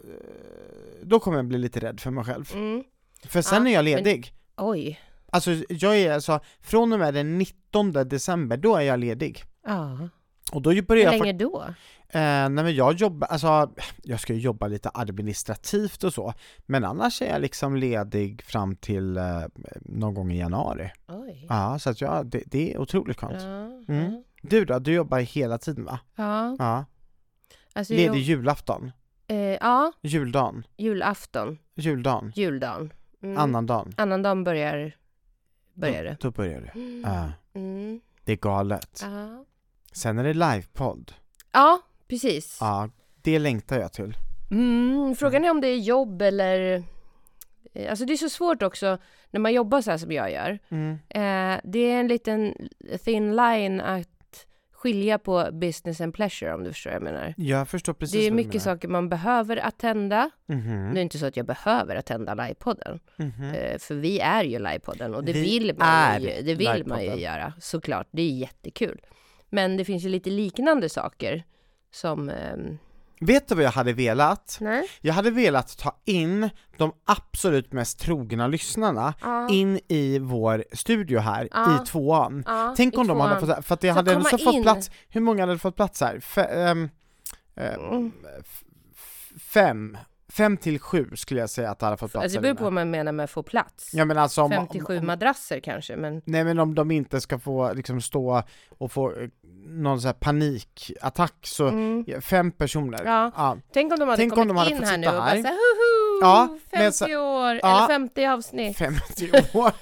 då kommer jag bli lite rädd för mig själv. Mm. För sen Ja, är jag ledig. Oj. Alltså jag är alltså, från och med den nittonde december, då är jag ledig. Ja. Och då börjar Hur jag länge då? Eh, nej men jag jobbar, alltså jag ska ju jobba lite administrativt och så, men annars är jag liksom ledig fram till eh, någon gång i januari. Oj. Ja, så att jag, det, det är otroligt skönt. Ja. Mm. Ja. Du då, du jobbar hela tiden va? Ja. Ja. Alltså, Ledig jag, julafton, eh, ja, juldagen, julafton, juldagen, juldagen. Mm. annandagen. Annandagen börjar, börjar det. Då, då börjar det. Mm. Ja, Mm. det är galet. Ja. Sen är det livepodd. Ja, precis. Ja, det längtar jag till. Mm, frågan är om det är jobb eller... Alltså det är så svårt också när man jobbar så här som jag gör. Mm. Eh, det är en liten thin line att skilja på business and pleasure, om du förstår vad jag menar. Jag förstår precis Det är vad du mycket menar. saker man behöver attenda. Mhm. Det är inte så att jag behöver attenda livepodden. Mhm. Eh, för vi är ju livepodden och det Vi vill man är ju, det vill man ju livepodden. göra, såklart. Det är jättekul. Men det finns ju lite liknande saker som... ehm, Vet du vad jag hade velat? nej? Jag hade velat ta in de absolut mest trogna lyssnarna Ja. in i vår studio här Ja. i tvåan. Ja, Tänk i om de hade tvåan. fått, för att det Så hade komma så fått in. plats, hur många hade fått plats här? Fe, ehm, ehm, Mm. f- f- fem, fem till sju skulle jag säga att det hade fått plats. Alltså det här beror på inne. vad man menar med få plats. Ja men alltså om, femtiosju om, madrasser kanske, men... nej men om de inte ska få liksom stå och få eh, någon sån här panikattack så Mm. ja, fem personer. Ja. Ja. Tänk om de hade Tänk om kommit de hade in fått här sitta nu och här. bara såhär, hoho, Ja, men femtio så- år, ja. eller femtio avsnitt, femtio år.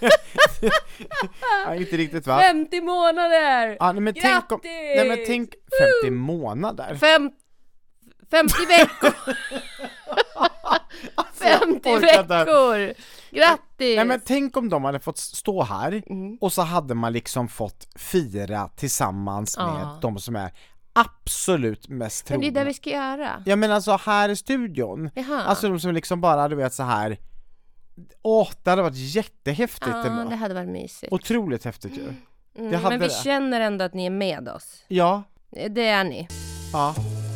Ja, inte riktigt va? femtio månader! Ja, nej, men tänk om, Grattis! nej men tänk femtio månader. Fem, femtio veckor! femtio orkar inte. veckor! Grattis! Nej men tänk om de hade fått stå här Mm. och så hade man liksom fått fira tillsammans med Ja. de som är absolut mest Men det är trogna. det vi ska göra. Ja men alltså här i studion, Jaha. alltså de som liksom bara, du vet så här. Åh, det hade varit jättehäftigt Ja, ändå. det hade varit mysigt. Otroligt häftigt ju. Mm, det hade men vi det. känner ändå att ni är med oss. Ja, Det är ni. ja.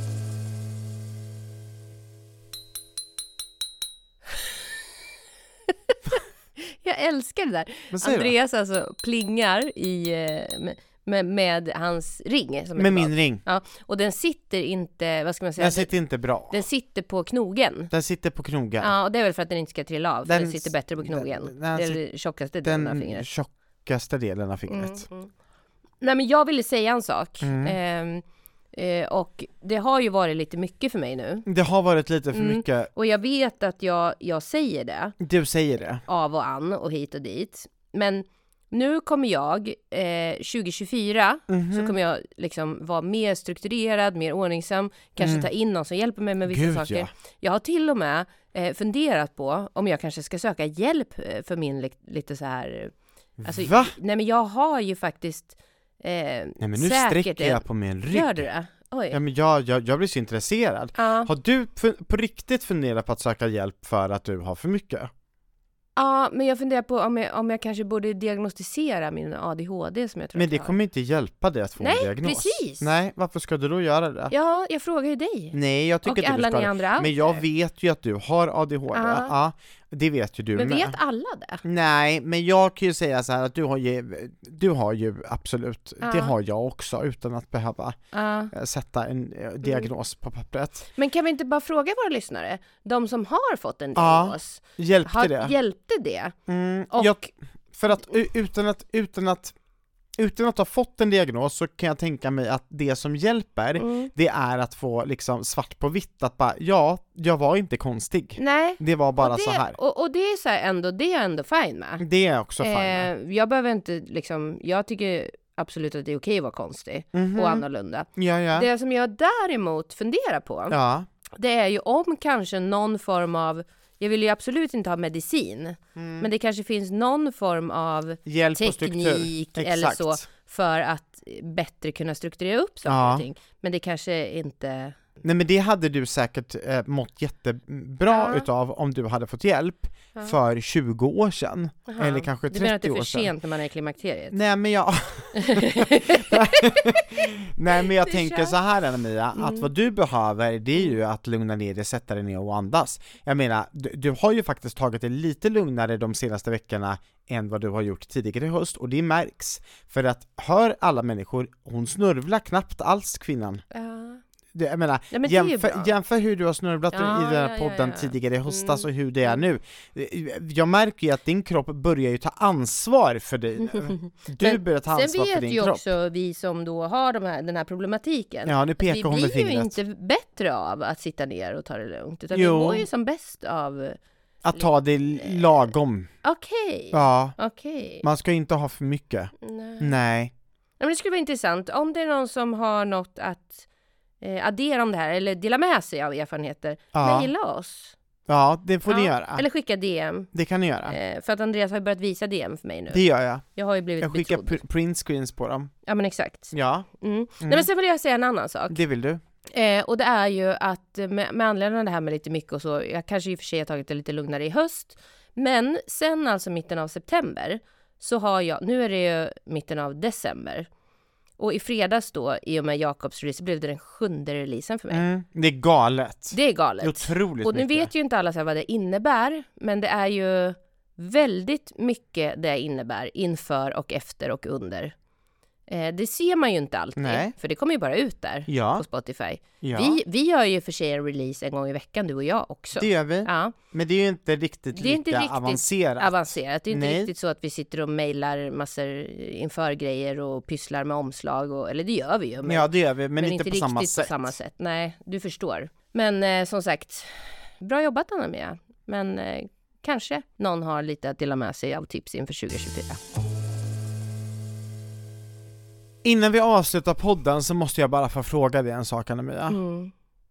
Jag älskar det där. Men säg då. Andreas alltså plingar i, eh, med, med, med hans ring. Som är Med tillbaka. min ring. Ja, och den sitter inte, vad ska man säga? Den sitter inte bra. Den sitter på knogen. Den sitter på knogen. Ja, och det är väl för att den inte ska trilla av. För Den den sitter bättre på knogen. den- den det är den tjockaste delen av Den fingret. tjockaste delen av fingret. Mm, mm. Nej, men jag ville säga en sak. Mm. Ehm, eh, och det har ju varit lite mycket för mig nu. Det har varit lite för Mm. mycket. Och jag vet att jag, jag säger det. Du säger det. Av och an och hit och dit. Men nu kommer jag, eh, tjugo tjugofyra, Mhm. så kommer jag liksom vara mer strukturerad, mer ordningsam. Kanske Mm. ta in någon som hjälper mig med vissa Gud, saker. ja. Jag har till och med eh, funderat på om jag kanske ska söka hjälp eh, för min li- lite så här... Alltså, Va? Nej, men jag har ju faktiskt eh, Nej men nu säkert sträcker jag en- på min rygg. Gör du det? Oj. Ja men jag, jag, jag blir så intresserad. Ja. Har du fu- på riktigt funderat på att söka hjälp för att du har för mycket? Ja, men jag funderar på om jag, om jag kanske borde diagnostisera min A D H D som jag tror Men att det jag har. kommer inte hjälpa dig att få Nej, en diagnos. precis. Nej, varför ska du då göra det? Ja, jag frågar ju dig. Nej, jag tycker Och inte du alla ska ni det. andra. Men jag vet ju att du har A D H D. Ja. Ja, det vet ju du Men med. vet alla det? Nej, men jag kan ju säga så här att du har ju, du har ju absolut, Ja. det har jag också utan att behöva Ja. eh, sätta en eh, diagnos på pappret. Men kan vi inte bara fråga våra lyssnare, de som har fått en Ja, diagnos, Hjälpte har, det? hjälpte det? Mm, Och- jag, för att u- utan att, utan att utan att ha fått en diagnos så kan jag tänka mig att det som hjälper mm. det är att få liksom svart på vitt att bara, ja, jag var inte konstig. Nej. Det var bara och det, så här. Och, och det är så här ändå, det är jag ändå fine med. Det är jag också fine med. Eh, jag behöver inte liksom, jag tycker absolut att det är okej att vara konstig mm-hmm. och annorlunda. Ja, ja. Det som jag däremot funderar på, ja. det är ju om kanske någon form av, jag vill ju absolut inte ha medicin, mm. men det kanske finns någon form av hjälp teknik eller så för att bättre kunna strukturera upp saker ja. och ting. Men det kanske inte... Nej, men det hade du säkert eh, mått jättebra ja. utav om du hade fått hjälp ja. för tjugo år sedan. Aha. Eller kanske trettio år sedan. Du menar att det är för sent när man är i klimakteriet? Nej, men jag... Nej, men jag det tänker känns... så här, Anna-Mia, mm. att vad du behöver, det är ju att lugna ner dig, sätta dig ner och andas. Jag menar, du, du har ju faktiskt tagit det lite lugnare de senaste veckorna än vad du har gjort tidigare i höst, och det märks. För att hör alla människor, hon snurvlar knappt alls, kvinnan. Ja. Det, jag menar, ja, men jämför, jämför hur du har snurvlat ja, i den här podden ja, ja, ja. tidigare i höstas mm. och hur det är nu. Jag märker ju att din kropp börjar ju ta ansvar för dig nu. Du men, börjar ta ansvar för din kropp. Sen vet ju också vi som då har de här, den här problematiken. Ja, nu pekar hon med fingret. Vi blir ju inte bättre av att sitta ner och ta det lugnt. Utan jo. vi mår ju som bäst av... Att ta det lagom. Okej. Okay. Ja. Okay. Man ska inte ha för mycket. Nej. Nej. Men det skulle vara intressant. Om det är någon som har något att... addera om det här eller dela med sig av erfarenheter, ja. mejla oss. Ja, det får ja. ni göra. Eller skicka D M. Det kan ni göra. Eh, för att Andreas har ju börjat visa D M för mig nu. Det gör jag. Jag har ju blivit Jag skickar pr- print screens på dem. Ja, men exakt. Ja. Mm. Mm. Nej, men sen vill jag säga en annan sak. Det vill du. Eh, och det är ju att med, med anledning av det här med lite mycket och så, jag kanske i och för sig har tagit det lite lugnare i höst, men sen alltså mitten av september så har jag, nu är det ju mitten av december. Och i fredags då, i och med Jakobs release, blev det den sjunde releasen för mig. Mm, det är galet. Det är galet. Det är otroligt och nu mycket. vet ju inte alla så här vad det innebär, men det är ju väldigt mycket det innebär inför och efter och under. Eh, det ser man ju inte alltid, Nej. för det kommer ju bara ut där ja. på Spotify. Ja. Vi, vi gör ju för sig en release en gång i veckan, du och jag också. Det gör vi, ja. men det är ju inte riktigt det är lika inte riktigt avancerat. avancerat. Det är inte Nej. riktigt så att vi sitter och mejlar massor inför grejer och pysslar med omslag. Och, eller det gör vi ju. Men, ja, det gör vi, men, men inte, inte på, riktigt samma på sätt. samma sätt. Nej, du förstår. Men eh, som sagt, bra jobbat Anna-Mia. Men eh, kanske någon har lite att dela med sig av tips inför tjugo tjugofyra. Innan vi avslutar podden så måste jag bara få fråga dig en sak, Anna-Mia. Mm.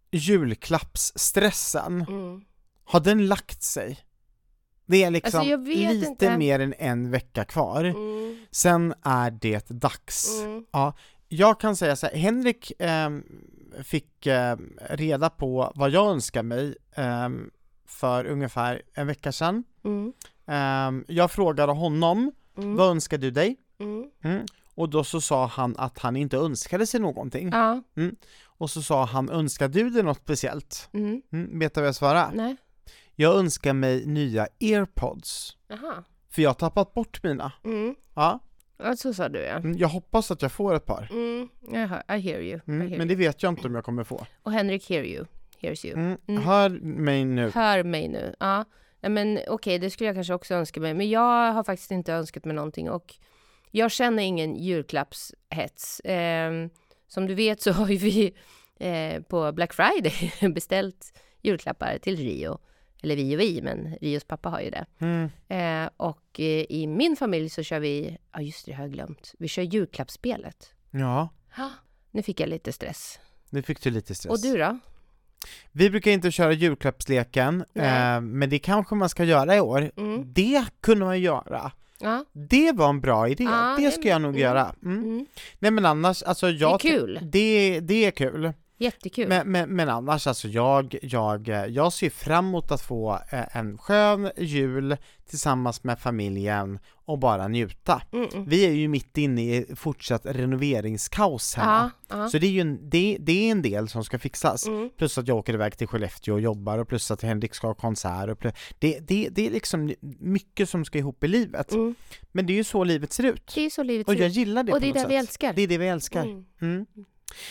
Julklappsstressen, mm. har den lagt sig? Det är liksom alltså, lite inte. mer än en vecka kvar. Mm. Sen är det dags. Mm. Ja, jag kan säga så här, Henrik eh, fick eh, reda på vad jag önskar mig eh, för ungefär en vecka sedan. Mm. Eh, jag frågade honom, mm. vad önskar du dig? Mm. Mm. Och då så sa han att han inte önskade sig någonting. Ja. Mm. Och så sa han, önskar du dig något speciellt? Mm. Mm. Vet du vad jag svarade? Nej. Jag önskar mig nya AirPods. Aha. För jag har tappat bort mina. Mm. Ja. Ja, så sa du, ja. Mm. Jag hoppas att jag får ett par. Mm. I hear you. Mm. I hear Men det vet jag inte om jag kommer få. Och Henrik hear you. Hears you. Mm. Mm. Hör mig nu. Hör mig nu, ja. Nej, men okej, okay, det skulle jag kanske också önska mig. Men jag har faktiskt inte önskat mig någonting. Och jag känner ingen julklappshets. Eh, som du vet så har ju vi eh, på Black Friday beställt julklappar till Rio. Eller vi och vi, men Rios pappa har ju det. Mm. Eh, och eh, i min familj så kör vi, ja just det, jag har glömt. Vi kör julklappsspelet. Ja. Ha, nu fick jag lite stress. Nu fick du lite stress. Och du då? Vi brukar inte köra julklappsleken, eh, men det kanske man ska göra i år. Mm. Det kunde man göra. Ja. Det var en bra idé. Ja, det ska jag nog mm. göra. Mm. Mm. Nej, men annars, alltså jag... Det är kul. Det, det är kul. Jättekul. Men, men, men annars, alltså jag, jag, jag ser fram emot att få en skön jul tillsammans med familjen och bara njuta. Mm-mm. Vi är ju mitt inne i fortsatt renoveringskaos hemma. Ja, ja. Så det är ju en, det, det är en del som ska fixas. Mm. Plus att jag åker iväg till Skellefteå och jobbar, och plus att Henrik ska ha konsert. Och plus, det, det, det är liksom mycket som ska ihop i livet. Mm. Men det är ju så livet ser ut. Det är så livet och ser jag ut. gillar det. Och det är på något det vi sätt. älskar. Det är det vi älskar. Mm. Mm.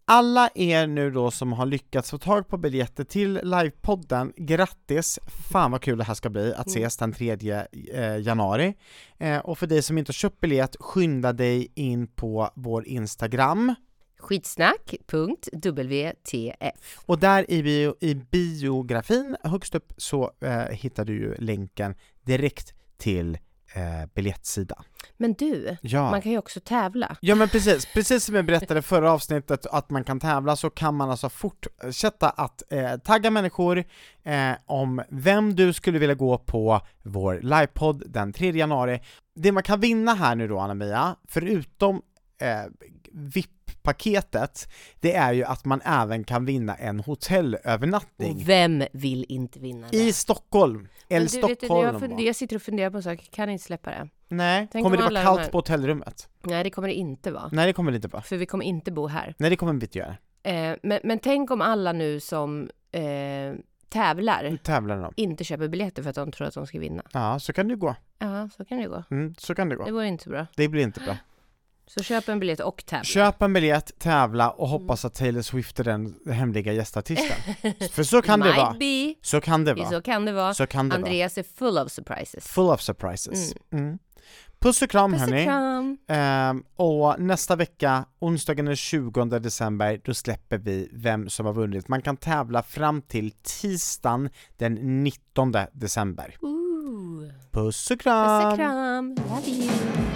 alla er nu då som har lyckats få tag på biljetter till livepodden, grattis! Fan vad kul det här ska bli att ses den tredje januari. Eh, och för dig som inte har köpt biljett, skynda dig in på vår Instagram. Skitsnack punkt W T F. Och där i, bio, i biografin högst upp så eh, hittar du ju länken direkt till eh, biljettsida. Men du, ja. man kan ju också tävla. Ja men precis, precis som jag berättade förra avsnittet att man kan tävla, så kan man alltså fortsätta att eh, tagga människor eh, om vem du skulle vilja gå på vår livepodd den tredje januari. Det man kan vinna här nu då, Anna-Mia, förutom eh, V I P-paketet, det är ju att man även kan vinna en hotellövernattning. Och vem vill inte vinna det? I Stockholm. Eller du, Stockholm. Vet du, jag, fund- jag sitter och funderar på saker, kan inte släppa det. Nej, Tänk kommer det vara kallt här... på hotellrummet? Nej, det kommer det inte vara. Nej, det kommer det inte vara. För vi kommer inte bo här. Nej, det kommer vi inte göra. Eh, men, men tänk om alla nu som eh, tävlar, tävlar inte köper biljetter för att de tror att de ska vinna. Ja, så kan det gå. Ja, så kan det gå. Mm, så kan det gå. Det vore inte så bra. Det blir inte bra. Så köp en biljett och tävla. Köp en biljett, tävla och hoppas att Taylor Swift är den hemliga gästartisten. För så kan det vara. Be. Så kan det vara. Så kan det vara. Så kan det Andreas vara. är full of surprises. Full of surprises. Mm. Mm. Puss och kram, Puss och hörni. kram. Ehm, och nästa vecka, onsdagen den tjugonde december, då släpper vi vem som har vunnit. Man kan tävla fram till tisdagen den nittonde december. Ooh. Puss och kram. Puss och kram. Love you.